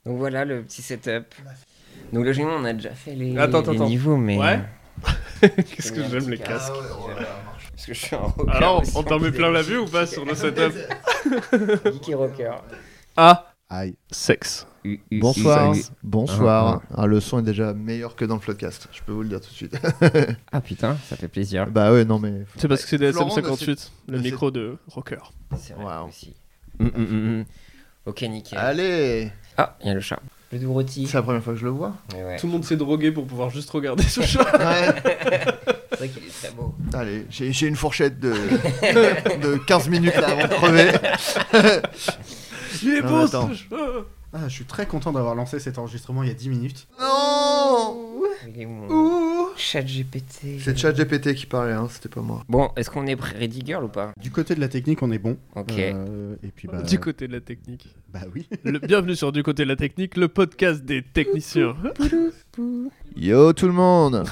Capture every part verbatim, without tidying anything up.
Donc voilà le petit setup. Donc logiquement, on a déjà fait les, Attends, les attends. niveaux, mais... Ouais. Qu'est-ce que Il y a un j'aime petit les casque. casques. Ah ouais, ouais, ouais, marche. Parce que je suis un rocker. Alors, aussi, on t'en met plus plein la des- vue ou pas sur le setup? Geeky rocker. Ah, Aïe. sexe. U- U- Bonsoir. U- Bonsoir. Ah, le son est déjà meilleur que dans le podcast. Je peux vous le dire tout de suite. Ah putain, ça fait plaisir. Bah ouais, non mais. C'est parce que c'est des S M Florent, cinquante-huit, le c'est- micro de rocker. C'est vrai Waouh. aussi. Hum, hum, hum, hum. Ok, nickel. Allez. Ah, il y a le chat. Le dourotis. C'est la première fois que je le vois. Ouais, ouais. Tout le monde s'est drogué pour pouvoir juste regarder ce chat. Ouais. C'est vrai qu'il est très beau. Allez, j'ai j'ai une fourchette de, de quinze minutes là avant de crever. Il est Non, beau mais ce attends. chat. Ah, je suis très content d'avoir lancé cet enregistrement il y a dix minutes. Non. Il est où mon Ouh. chat G P T? C'est ChatGPT qui parlait, hein, c'était pas moi. Bon, est-ce qu'on est prêt ready girl ou pas? Du côté de la technique, on est bon. Ok. Euh, et puis bah. Du côté de la technique. Bah oui. Le, bienvenue sur Du côté de la technique, le podcast des techniciens. Yo tout le monde.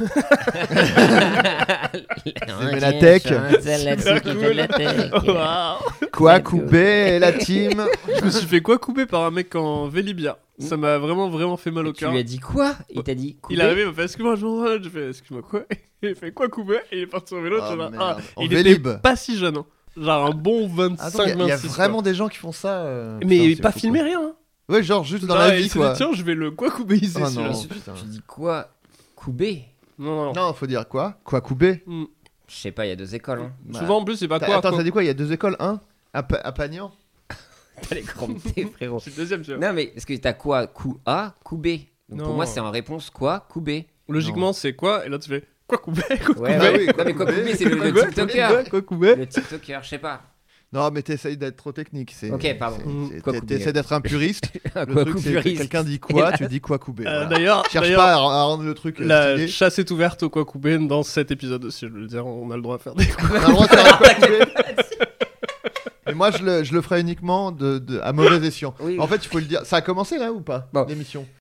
C'est la tech. C'est cool. la tech. Waouh. Quoi Let's go. Koubé et la team. Je me suis fait quoi couper par un mec en Vélibia. Ça m'a vraiment vraiment fait mal au Tu cœur. lui as dit quoi? Il t'a dit Il est arrivé, il m'a fait excuse-moi, je m'en vais. J'ai fait excuse-moi quoi? Il a fait quoi couper? Et il est parti en vélo. Oh, je suis là, merde. ah, En il Vélib. était pas si jeune. Hein. Genre un bon Attends, il y, a- vingt-cinq y a vingt-six. vraiment des gens qui font ça. euh, Mais putain, c'est pas fou, filmer quoi. rien. Hein. Ouais, genre juste dans Genre, la il vie s'est quoi. dit, tiens, je vais le quoi coubéiser Oh celui-là. non. putain. Tu dis quoi? Koubé? Non, non. Non, faut dire quoi Quoi Koubé. Hmm. Je sais pas, il y a deux écoles. Hein. Bah, Souvent en plus, c'est pas T'as- quoi. Attends, quoi. t'as dit quoi Il y a deux écoles, un à, Pa- à Pagnan. T'as les crampés, frérot. C'est le deuxième, tu vois. Non, mais est-ce que t'as quoi? Coup A, coup B. Donc pour Non. moi, c'est en réponse quoi? Coup B. Logiquement, c'est quoi? Et là, tu fais quoi couper? Quoi Ouais, couper Bah ouais. oui, Non, mais quoi Koubé. Koubé, c'est le, le Koubé, TikToker. Koubé, Quoi Koubé. Le TikToker, je sais pas. Non, mais t'essayes d'être trop technique. c'est- Ok, pardon. c'est- c'est- Quoi t'es- Koubé. T'essaies d'être un puriste. Un Le quoi truc, c'est que Koubériste. quelqu'un dit quoi, tu dis quoi Koubé. Euh, voilà. D'ailleurs, Cherche d'ailleurs, pas à, à rendre le truc euh, la stylé. chasse est ouverte au quoi couper dans cet épisode aussi. Je veux le dire, on a le droit de faire des coups. On a le droit de faire un quoi Koubé. Et moi, je le, je le ferai uniquement de, de- à mauvais escient. Oui, En fait, il faut le dire. Ça a commencé là ou pas Bon. l'émission?